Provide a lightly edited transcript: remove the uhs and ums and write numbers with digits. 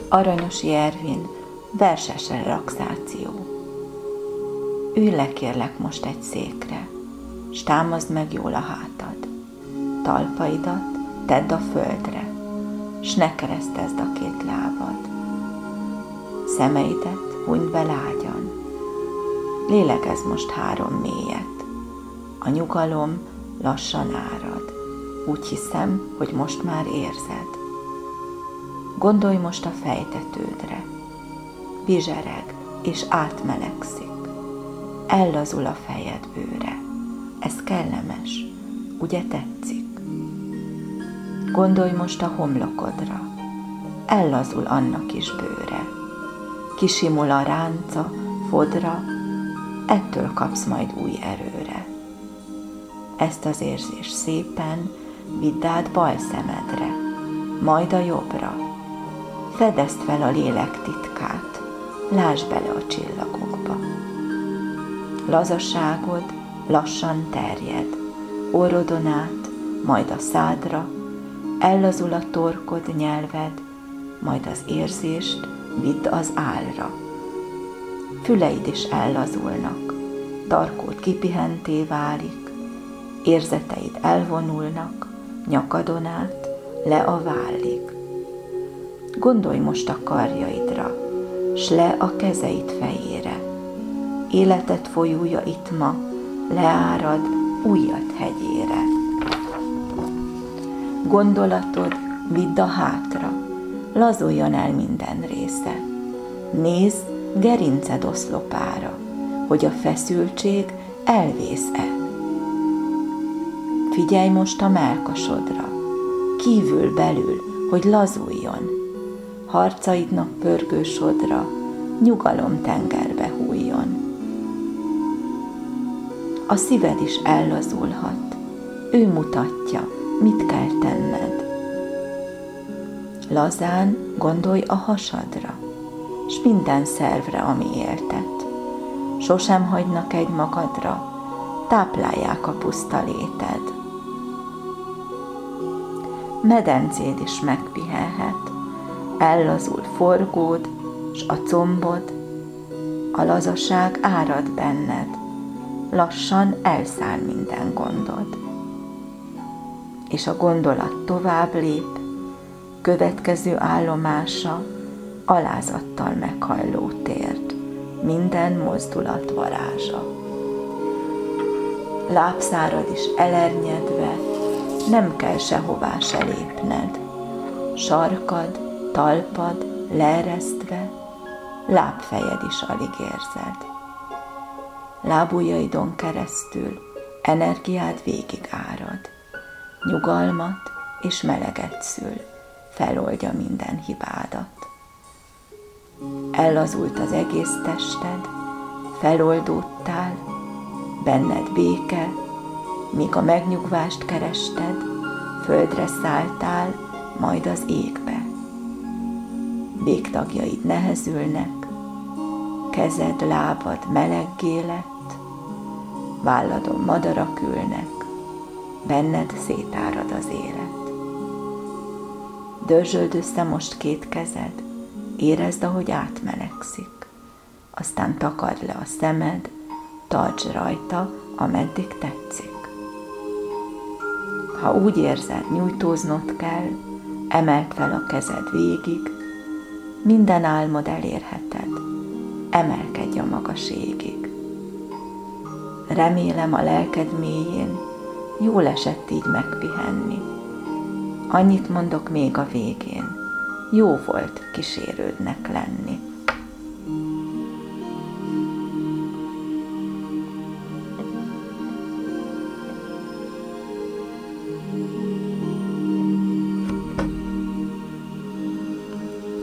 Aranyosi Ervin, verses relaxáció. Ülj le kérlek most egy székre, s támaszd meg jól a hátad. Talpaidat tedd a földre, s ne keresztezd a két lábad. Szemeidet hunyd be lágyan. Lélegezz most 3 mélyet. A nyugalom lassan árad. Úgy hiszem, hogy most már érzed. Gondolj most a fejtetődre. Bizsereg és átmelegszik. Ellazul a fejed bőre. Ez kellemes, ugye tetszik? Gondolj most a homlokodra. Ellazul annak is bőre. Kisimul a ránca, fodra, ettől kapsz majd új erőre. Ezt az érzést szépen vidd át bal szemedre, majd a jobbra. Fedezd fel a lélek titkát, lásd bele a csillagokba. Lazaságod lassan terjed, orrodon át, majd a szádra, ellazul a torkod, nyelved, majd az érzést vidd az állra. Füleid is ellazulnak, tarkód kipihenté válik, érzeteid elvonulnak, nyakadon át, le a vállig. Gondolj most a karjaidra, s le a kezeid fejére. Életed folyója itt ma, leárad ujjad hegyére. Gondolatod vidd a hátra, lazuljon el minden része. Nézd gerinced oszlopára, hogy a feszültség elvész-e. Figyelj most a mellkasodra, kívül-belül, hogy lazuljon. Harcaidnak pörgő sodra, nyugalom tengerbe hújjon. A szíved is ellazulhat, ő mutatja, mit kell tenned. Lazán gondolj a hasadra, s minden szervre, ami éltet. Sosem hagynak egy magadra, táplálják a puszta léted. Medencéd is megpihenhet, ellazul forgód, s a combod, a lazaság árad benned, lassan elszáll minden gondod. És a gondolat tovább lép, következő állomása alázattal meghajló térd, minden mozdulat varázsa. Lábszárad is elernyedve, nem kell sehová se lépned, sarkad, talpad leeresztve, lábfejed is alig érzed. Lábujjaidon keresztül energiád végig árad, nyugalmat és meleget szül, feloldja minden hibádat. Ellazult az egész tested, feloldódtál, benned béke, míg a megnyugvást kerested, földre szálltál, majd az égbe. Végtagjaid nehezülnek, kezed, lábad meleggé lett, válladon madarak ülnek, benned szétárad az élet. Dörzsöld össze most 2 kezed, érezd, ahogy átmelegszik, aztán takard le a szemed, tartsd rajta, ameddig tetszik. Ha úgy érzed, nyújtóznod kell, emeld fel a kezed végig, minden álmod elérheted, emelkedj a magas égig. Remélem a lelked mélyén jól esett így megpihenni. Annyit mondok még a végén, jó volt kísérődnek lenni.